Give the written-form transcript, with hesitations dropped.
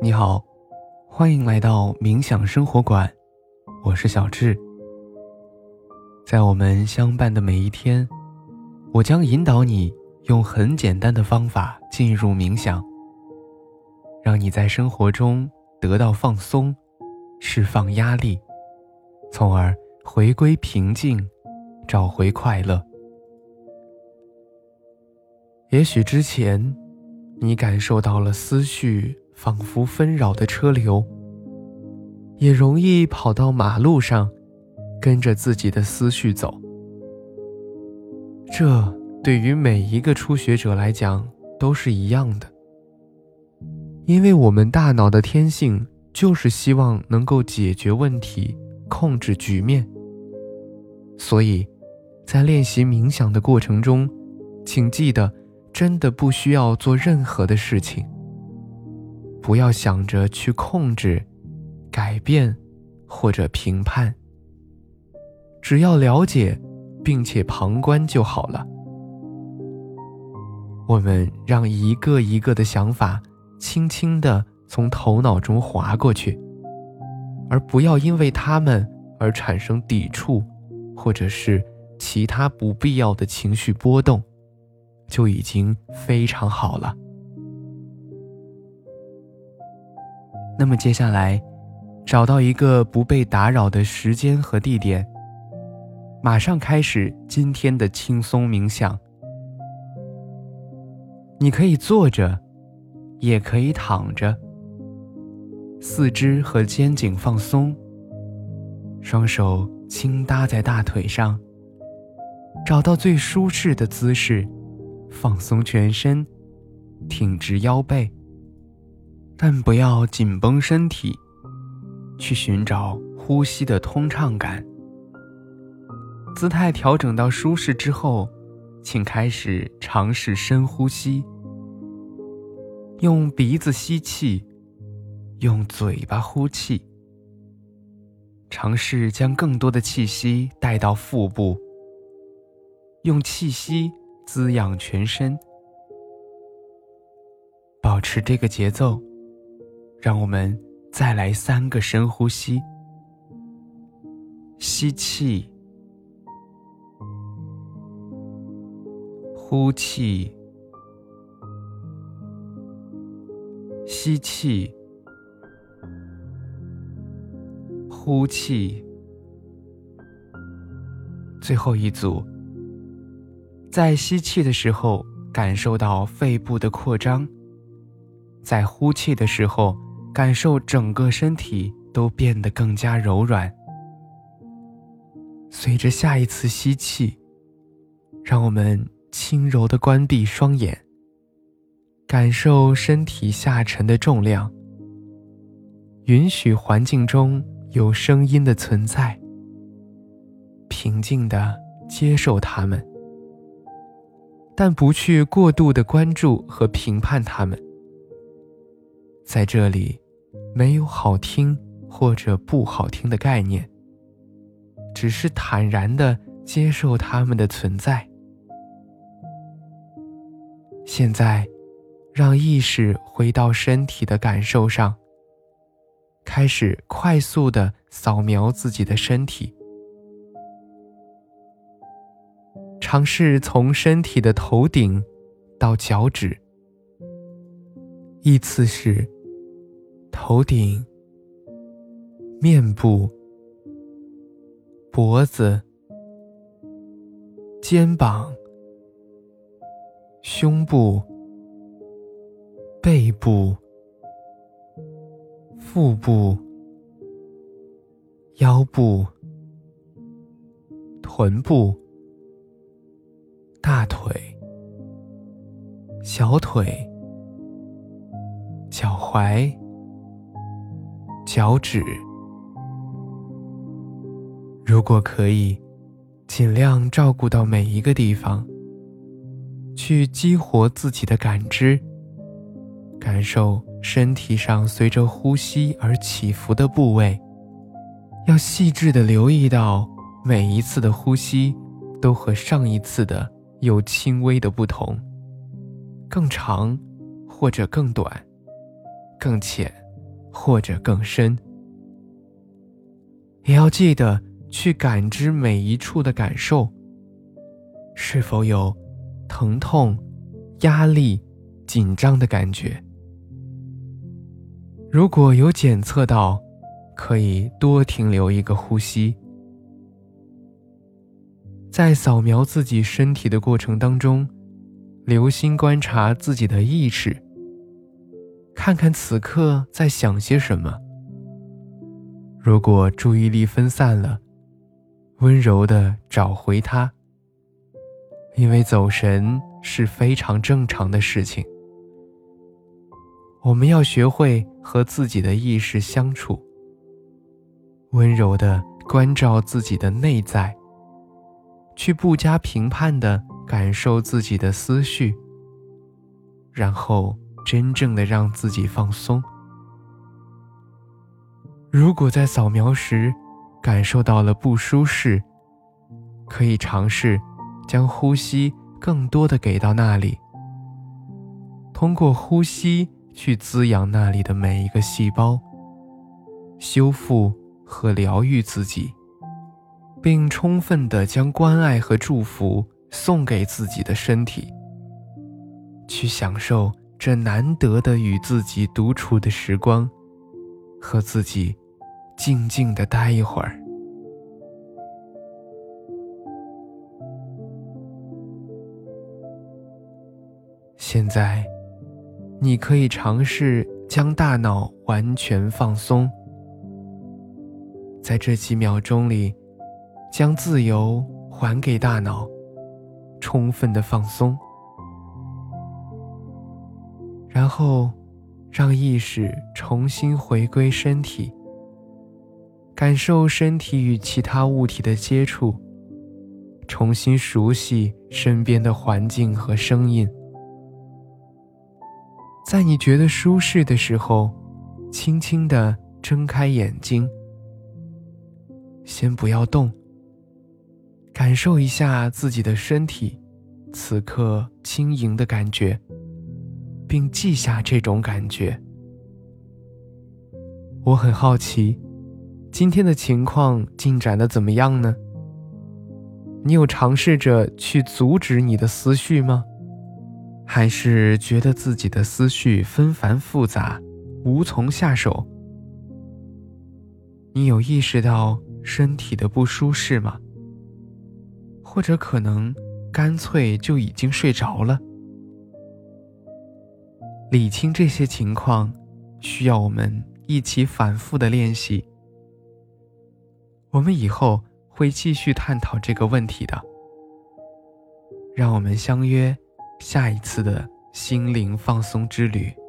你好，欢迎来到冥想生活馆，我是小智。在我们相伴的每一天，我将引导你用很简单的方法进入冥想，让你在生活中得到放松，释放压力，从而回归平静，找回快乐。也许之前你感受到了思绪仿佛纷扰的车流，也容易跑到马路上跟着自己的思绪走。这对于每一个初学者来讲都是一样的，因为我们大脑的天性就是希望能够解决问题，控制局面。所以在练习冥想的过程中，请记得真的不需要做任何的事情，不要想着去控制、改变或者评判，只要了解并且旁观就好了。我们让一个一个的想法轻轻地从头脑中划过去，而不要因为它们而产生抵触，或者是其他不必要的情绪波动，就已经非常好了。那么接下来，找到一个不被打扰的时间和地点，马上开始今天的轻松冥想。你可以坐着，也可以躺着，四肢和肩颈放松，双手轻搭在大腿上，找到最舒适的姿势，放松全身，挺直腰背，但不要紧绷身体，去寻找呼吸的通畅感。姿态调整到舒适之后，请开始尝试深呼吸，用鼻子吸气，用嘴巴呼气，尝试将更多的气息带到腹部，用气息滋养全身。保持这个节奏，让我们再来3个深呼吸。吸气，呼气，吸气，呼气。最后一组，在吸气的时候感受到肺部的扩张，在呼气的时候感受整个身体都变得更加柔软。随着下一次吸气，让我们轻柔地关闭双眼，感受身体下沉的重量，允许环境中有声音的存在，平静地接受它们，但不去过度地关注和评判它们。在这里，没有好听或者不好听的概念，只是坦然地接受它们的存在。现在，让意识回到身体的感受上，开始快速地扫描自己的身体，尝试从身体的头顶到脚趾，依次是头顶、面部、脖子、肩膀、胸部、背部、腹部、腰部、臀部、大腿、小腿、脚踝、脚趾。如果可以，尽量照顾到每一个地方，去激活自己的感知，感受身体上随着呼吸而起伏的部位，要细致地留意到每一次的呼吸都和上一次的有轻微的不同，更长或者更短，更浅或者更深。也要记得去感知每一处的感受，是否有疼痛、压力、紧张的感觉。如果有检测到，可以多停留一个呼吸。在扫描自己身体的过程当中，留心观察自己的意识，看看此刻在想些什么。如果注意力分散了，温柔地找回它，因为走神是非常正常的事情。我们要学会和自己的意识相处，温柔地关照自己的内在，去不加评判地感受自己的思绪，然后真正地让自己放松。如果在扫描时感受到了不舒适，可以尝试将呼吸更多地给到那里，通过呼吸去滋养那里的每一个细胞，修复和疗愈自己，并充分地将关爱和祝福送给自己的身体，去享受这难得的与自己独处的时光，和自己静静地待一会儿。现在，你可以尝试将大脑完全放松，在这几秒钟里，将自由还给大脑，充分的放松，然后让意识重新回归身体，感受身体与其他物体的接触，重新熟悉身边的环境和声音。在你觉得舒适的时候，轻轻地睁开眼睛，先不要动，感受一下自己的身体此刻轻盈的感觉，并记下这种感觉。我很好奇，今天的情况进展得怎么样呢？你有尝试着去阻止你的思绪吗？还是觉得自己的思绪纷繁复杂，无从下手？你有意识到身体的不舒适吗？或者可能干脆就已经睡着了？理清这些情况，需要我们一起反复的练习。我们以后会继续探讨这个问题的。让我们相约下一次的心灵放松之旅。